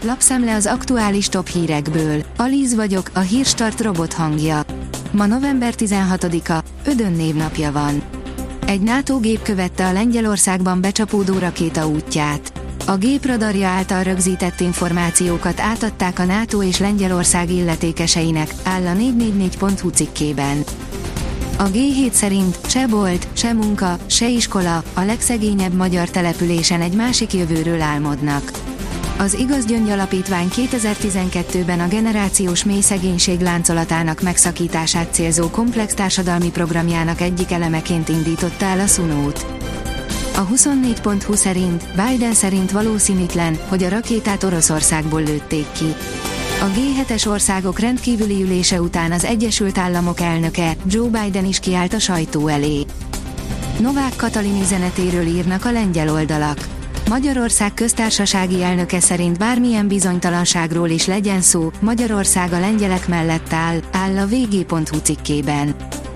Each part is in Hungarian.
lapszemle az aktuális top hírekből. Alíz vagyok, a Hírstart robot hangja. Ma november 16-a, Ödön névnapja van. Egy NATO gép követte a Lengyelországban becsapódó rakéta útját. A gép radarja által rögzített információkat átadták a NATO és Lengyelország illetékeseinek, áll a 444.hu cikkében. A G7 szerint se bolt, se munka, se iskola, a legszegényebb magyar településen egy másik jövőről álmodnak. Az Igaz Gyöngy Alapítvány 2012-ben a generációs mély szegénység láncolatának megszakítását célzó komplex társadalmi programjának egyik elemeként indította el a Sunót. A 24.hu szerint, Biden szerint valószínűtlen, hogy a rakétát Oroszországból lőtték ki. A G7-es országok rendkívüli ülése után az Egyesült Államok elnöke, Joe Biden is kiállt a sajtó elé. Novák Katalin üzenetéről írnak a lengyel oldalak. Magyarország köztársasági elnöke szerint bármilyen bizonytalanságról is legyen szó, Magyarország a lengyelek mellett áll a vg.hu cikkében.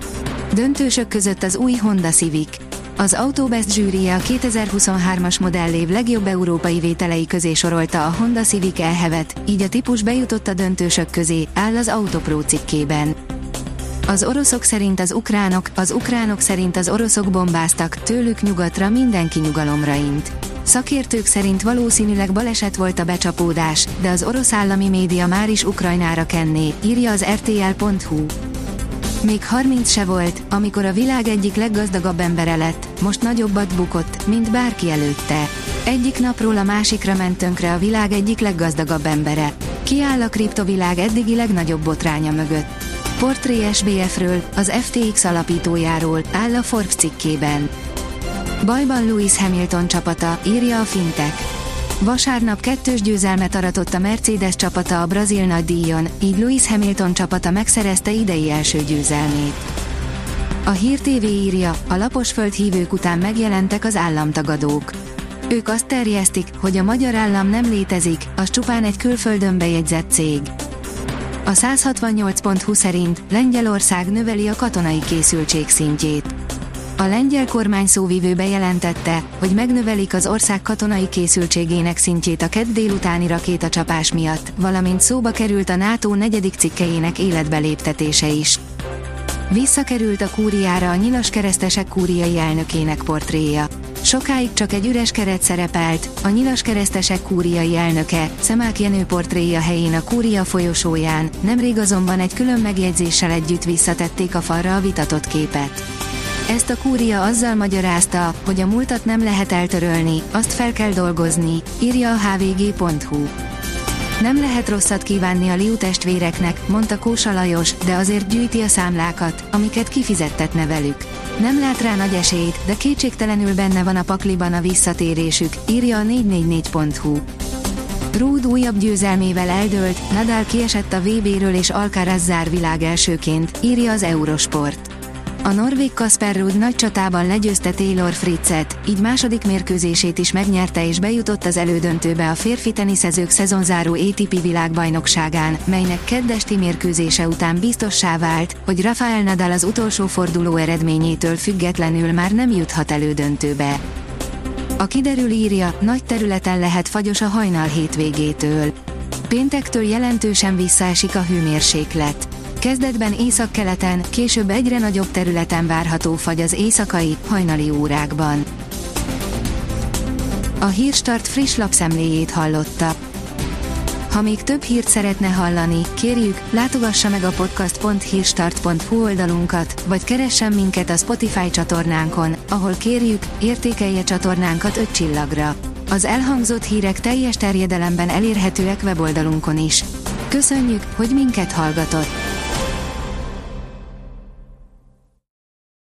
Döntősök között az új Honda Civic. Az Autobest zsűrije a 2023-as modellév legjobb európai vételei közé sorolta a Honda Civic e-hevet, így a típus bejutott a döntősök közé, áll az Autopro cikkében. Az oroszok szerint az ukránok szerint az oroszok bombáztak, tőlük nyugatra mindenki nyugalomra int. Szakértők szerint valószínűleg baleset volt a becsapódás, de az orosz állami média már is Ukrajnára kenné, írja az rtl.hu. Még 30 se volt, amikor a világ egyik leggazdagabb embere lett, most nagyobbat bukott, mint bárki előtte. Egyik napról a másikra ment tönkre a világ egyik leggazdagabb embere. Ki áll a kriptovilág eddigi legnagyobb botránya mögött? Portré SBF-ről, az FTX alapítójáról, áll a Forbes cikkében. Bajban Lewis Hamilton csapata, írja a Fintech. Vasárnap 2-s győzelmet aratott a Mercedes csapata a brazil nagydíjon, így Lewis Hamilton csapata megszerezte idei első győzelmét. A Hír TV írja, a lapos földhívők után megjelentek az államtagadók. Ők azt terjesztik, hogy a magyar állam nem létezik, az csupán egy külföldön bejegyzett cég. A 168.hu szerint Lengyelország növeli a katonai készültség szintjét. A lengyel kormány szóvivő bejelentette, hogy megnövelik az ország katonai készültségének szintjét a kedd délutáni rakétacsapás miatt, valamint szóba került a NATO 4. cikkelyének életbe léptetése is. Visszakerült a kúriára a nyilaskeresztesek kúriai elnökének portréja. Sokáig csak egy üres keret szerepelt, a nyilaskeresztesek kúriai elnöke, Szemák Jenő portréja helyén a Kúria folyosóján, nemrég azonban egy külön megjegyzéssel együtt visszatették a falra a vitatott képet. Ezt a kúria azzal magyarázta, hogy a múltat nem lehet eltörölni, azt fel kell dolgozni, írja a hvg.hu. Nem lehet rosszat kívánni a Liu testvéreknek, mondta Kósa Lajos, de azért gyűjti a számlákat, amiket kifizettetne velük. Nem lát rá nagy esélyt, de kétségtelenül benne van a pakliban a visszatérésük, írja a 444.hu. Ruud újabb győzelmével eldőlt, Nadal kiesett a VB-ről és Alcaraz zár világ elsőként, írja az Eurosport. A norvég Kasper Ruud nagy csatában legyőzte Taylor Fritzet, így második mérkőzését is megnyerte és bejutott az elődöntőbe a férfi teniszezők szezonzáró ATP világbajnokságán, melynek kedd esti mérkőzése után biztossá vált, hogy Rafael Nadal az utolsó forduló eredményétől függetlenül már nem juthat elődöntőbe. A Kiderül írja, nagy területen lehet fagyos a hajnal hétvégétől. Péntektől jelentősen visszaesik a hőmérséklet. Kezdetben északkeleten, később egyre nagyobb területen várható fagy az éjszakai, hajnali órákban. A Hírstart friss lapszemléjét hallotta. Ha még több hírt szeretne hallani, kérjük, látogassa meg a podcast.hírstart.hu oldalunkat, vagy keressen minket a Spotify csatornánkon, ahol kérjük, értékelje csatornánkat 5 csillagra. Az elhangzott hírek teljes terjedelemben elérhetőek weboldalunkon is. Köszönjük, hogy minket hallgatott!